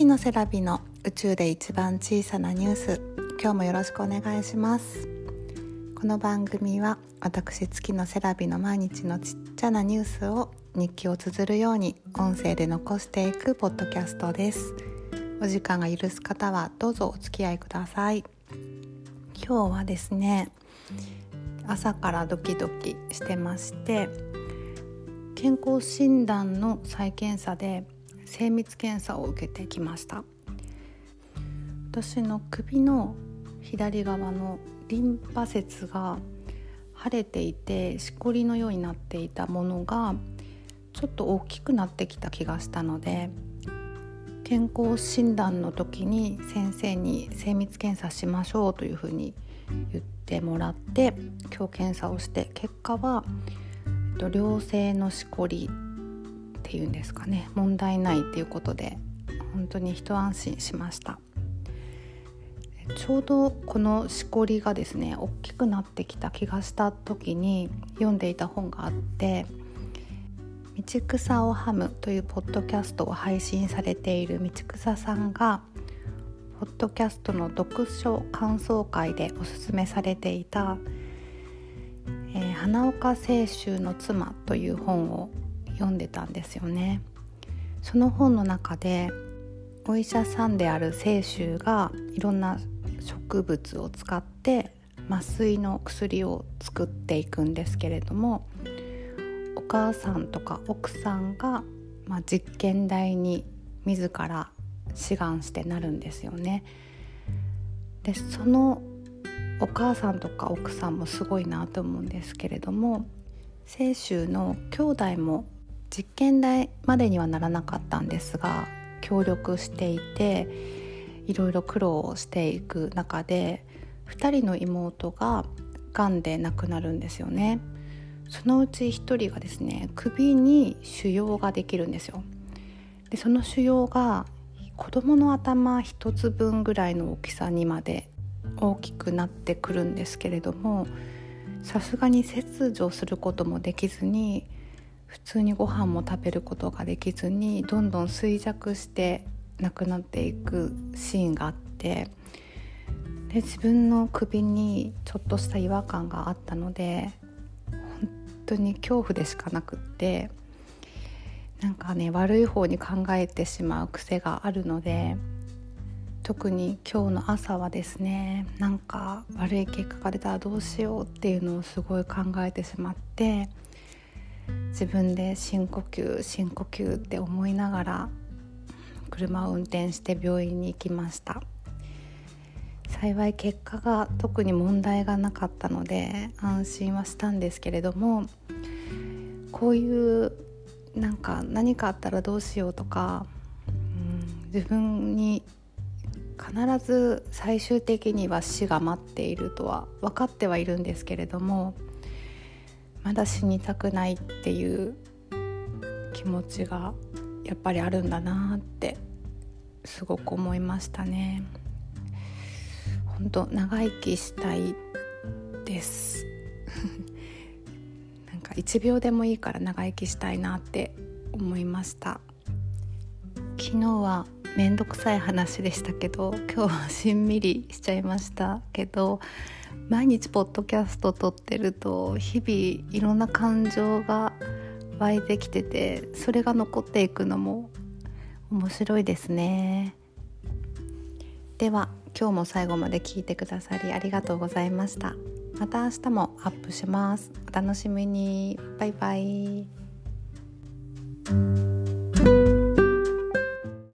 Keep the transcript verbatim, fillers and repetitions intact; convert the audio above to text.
のセラビの宇宙で一番小さなニュース、今日もよろしくお願いします。この番組は私月のセラビの毎日のちっちゃなニュースを日記を綴るように音声で残していくポッドキャストです。お時間が許す方はどうぞお付き合いください。今日はですね、朝からドキドキしてまして、健康診断の再検査で精密検査を受けてきました。私の首の左側のリンパ節が腫れていて、しこりのようになっていたものがちょっと大きくなってきた気がしたので、健康診断の時に先生に精密検査しましょうというふうに言ってもらって、今日検査をして、結果は良性のしこりっていうんですかね、問題ないっていうことで本当に一安心しました。ちょうどこのしこりがですね大きくなってきた気がした時に読んでいた本があって、道草をはむというポッドキャストを配信されている道草さんがポッドキャストの読書感想会でおすすめされていた、えー、花岡清舟の妻という本を読んでたんですよね。その本の中でお医者さんである清舟がいろんな植物を使って麻酔の薬を作っていくんですけれども、お母さんとか奥さんが、まあ、実験台に自ら志願してなるんですよね。でそのお母さんとか奥さんもすごいなと思うんですけれども、清舟の兄弟も実験台までにはならなかったんですが協力していて、いろいろ苦労をしていく中でふたりの妹ががんで亡くなるんですよね。そのうちひとりがですね、首に腫瘍ができるんですよ。でその腫瘍が子供の頭一つ分ぐらいの大きさにまで大きくなってくるんですけれども、さすがに切除することもできずに、普通にご飯も食べることができずに、どんどん衰弱して亡くなっていくシーンがあって、で自分の首にちょっとした違和感があったので、本当に恐怖でしかなくって、なんかね悪い方に考えてしまう癖があるので、特に今日の朝はですね、なんか悪い結果が出たらどうしようっていうのをすごい考えてしまって、自分で深呼吸深呼吸って思いながら車を運転して病院に行きました。幸い結果が特に問題がなかったので安心はしたんですけれども、こういうなんか何かあったらどうしようとか、うん、自分に必ず最終的には死が待っているとは分かってはいるんですけれども、まだ死にたくないっていう気持ちがやっぱりあるんだなってすごく思いましたね。本当長生きしたいですなんかいちびょうでもいいから長生きしたいなって思いました。昨日はめんどくさい話でしたけど、今日はしんみりしちゃいましたけど、毎日ポッドキャスト撮ってると日々いろんな感情が湧いてきてて、それが残っていくのも面白いですね。では今日も最後まで聞いてくださりありがとうございました。また明日もアップします。お楽しみに。バイバイ。